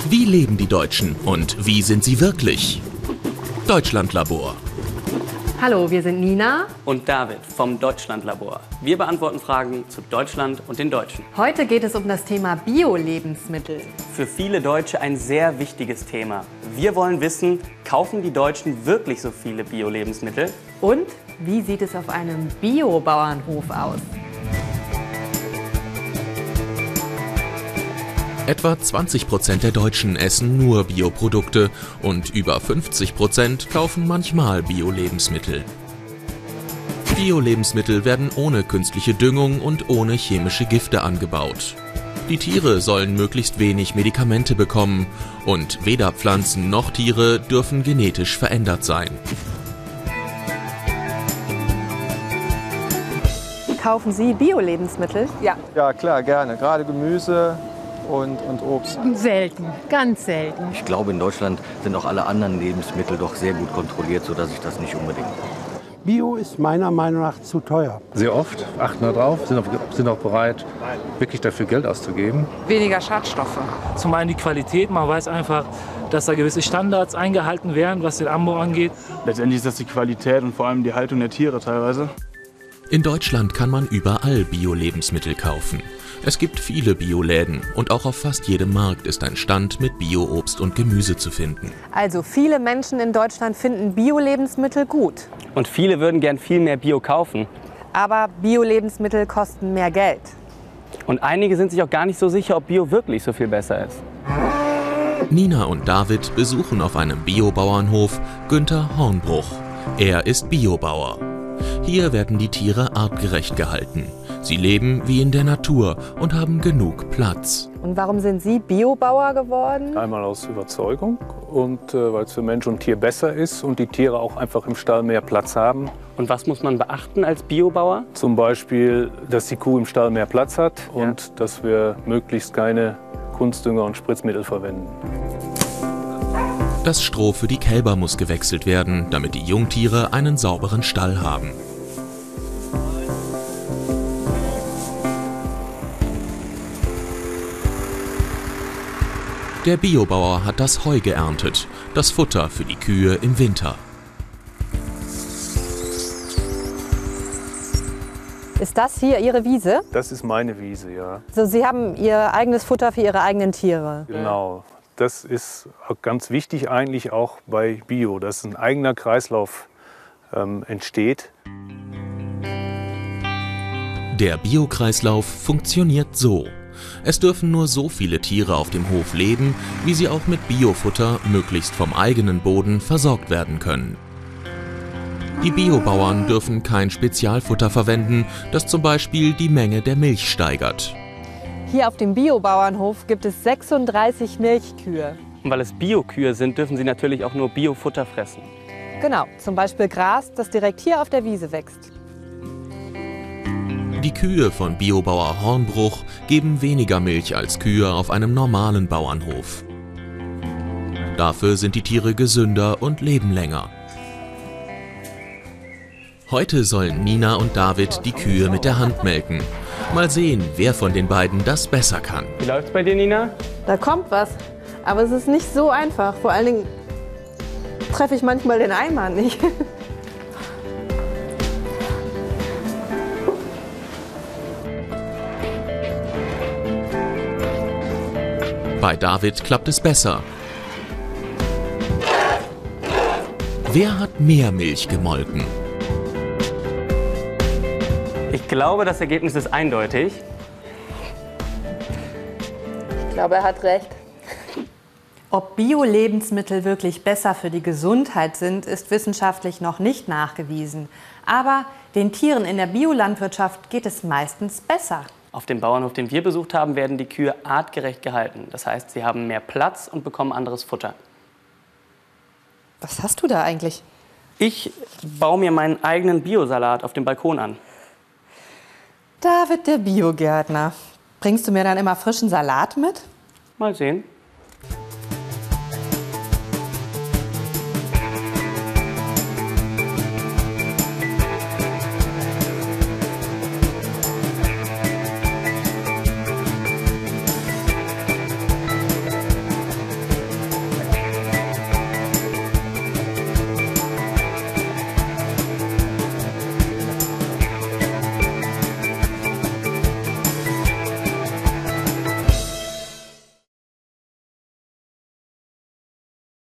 Wie leben die Deutschen und wie sind sie wirklich? Deutschlandlabor. Hallo, wir sind Nina und David vom Deutschlandlabor. Wir beantworten Fragen zu Deutschland und den Deutschen. Heute geht es um das Thema Bio-Lebensmittel. Für viele Deutsche ein sehr wichtiges Thema. Wir wollen wissen, kaufen die Deutschen wirklich so viele Bio-Lebensmittel? Und wie sieht es auf einem Bio-Bauernhof aus? Etwa 20% der Deutschen essen nur Bioprodukte und über 50% kaufen manchmal Bio-Lebensmittel. Bio-Lebensmittel werden ohne künstliche Düngung und ohne chemische Gifte angebaut. Die Tiere sollen möglichst wenig Medikamente bekommen und weder Pflanzen noch Tiere dürfen genetisch verändert sein. Kaufen Sie Bio-Lebensmittel? Ja. Ja, klar, gerne. Gerade Gemüse und Obst. Selten, ganz selten. Ich glaube, in Deutschland sind auch alle anderen Lebensmittel doch sehr gut kontrolliert, sodass ich das nicht unbedingt brauche. Bio ist meiner Meinung nach zu teuer. Sehr oft achten wir drauf, sind auch bereit, wirklich dafür Geld auszugeben. Weniger Schadstoffe. Zum einen die Qualität, man weiß einfach, dass da gewisse Standards eingehalten werden, was den Anbau angeht. Letztendlich ist das die Qualität und vor allem die Haltung der Tiere teilweise. In Deutschland kann man überall Bio-Lebensmittel kaufen. Es gibt viele Bioläden und auch auf fast jedem Markt ist ein Stand mit Bio-Obst und Gemüse zu finden. Also viele Menschen in Deutschland finden Bio-Lebensmittel gut. Und viele würden gern viel mehr Bio kaufen. Aber Bio-Lebensmittel kosten mehr Geld. Und einige sind sich auch gar nicht so sicher, ob Bio wirklich so viel besser ist. Nina und David besuchen auf einem Biobauernhof Günther Hornbruch. Er ist Biobauer. Hier werden die Tiere artgerecht gehalten. Sie leben wie in der Natur und haben genug Platz. Und warum sind Sie Biobauer geworden? Einmal aus Überzeugung und weil es für Mensch und Tier besser ist und die Tiere auch einfach im Stall mehr Platz haben. Und was muss man beachten als Biobauer? Zum Beispiel, dass die Kuh im Stall mehr Platz hat und dass wir möglichst keine Kunstdünger und Spritzmittel verwenden. Das Stroh für die Kälber muss gewechselt werden, damit die Jungtiere einen sauberen Stall haben. Der Biobauer hat das Heu geerntet, das Futter für die Kühe im Winter. Ist das hier Ihre Wiese? Das ist meine Wiese, ja. Also Sie haben Ihr eigenes Futter für Ihre eigenen Tiere? Genau. Das ist ganz wichtig eigentlich auch bei Bio, dass ein eigener Kreislauf entsteht. Der Biokreislauf funktioniert so. Es dürfen nur so viele Tiere auf dem Hof leben, wie sie auch mit Biofutter möglichst vom eigenen Boden versorgt werden können. Die Biobauern dürfen kein Spezialfutter verwenden, das zum Beispiel die Menge der Milch steigert. Hier auf dem Biobauernhof gibt es 36 Milchkühe. Und weil es Biokühe sind, dürfen sie natürlich auch nur Biofutter fressen. Genau, zum Beispiel Gras, das direkt hier auf der Wiese wächst. Die Kühe von Biobauer Hornbruch geben weniger Milch als Kühe auf einem normalen Bauernhof. Dafür sind die Tiere gesünder und leben länger. Heute sollen Nina und David die Kühe mit der Hand melken. Mal sehen, wer von den beiden das besser kann. Wie läuft's bei dir, Nina? Da kommt was, aber es ist nicht so einfach. Vor allen Dingen treffe ich manchmal den Eimer nicht. Bei David klappt es besser. Wer hat mehr Milch gemolken? Ich glaube, das Ergebnis ist eindeutig. Ich glaube, er hat recht. Ob Bio-Lebensmittel wirklich besser für die Gesundheit sind, ist wissenschaftlich noch nicht nachgewiesen. Aber den Tieren in der Biolandwirtschaft geht es meistens besser. Auf dem Bauernhof, den wir besucht haben, werden die Kühe artgerecht gehalten. Das heißt, sie haben mehr Platz und bekommen anderes Futter. Was hast du da eigentlich? Ich baue mir meinen eigenen Biosalat auf dem Balkon an. David, der Biogärtner. Bringst du mir dann immer frischen Salat mit? Mal sehen.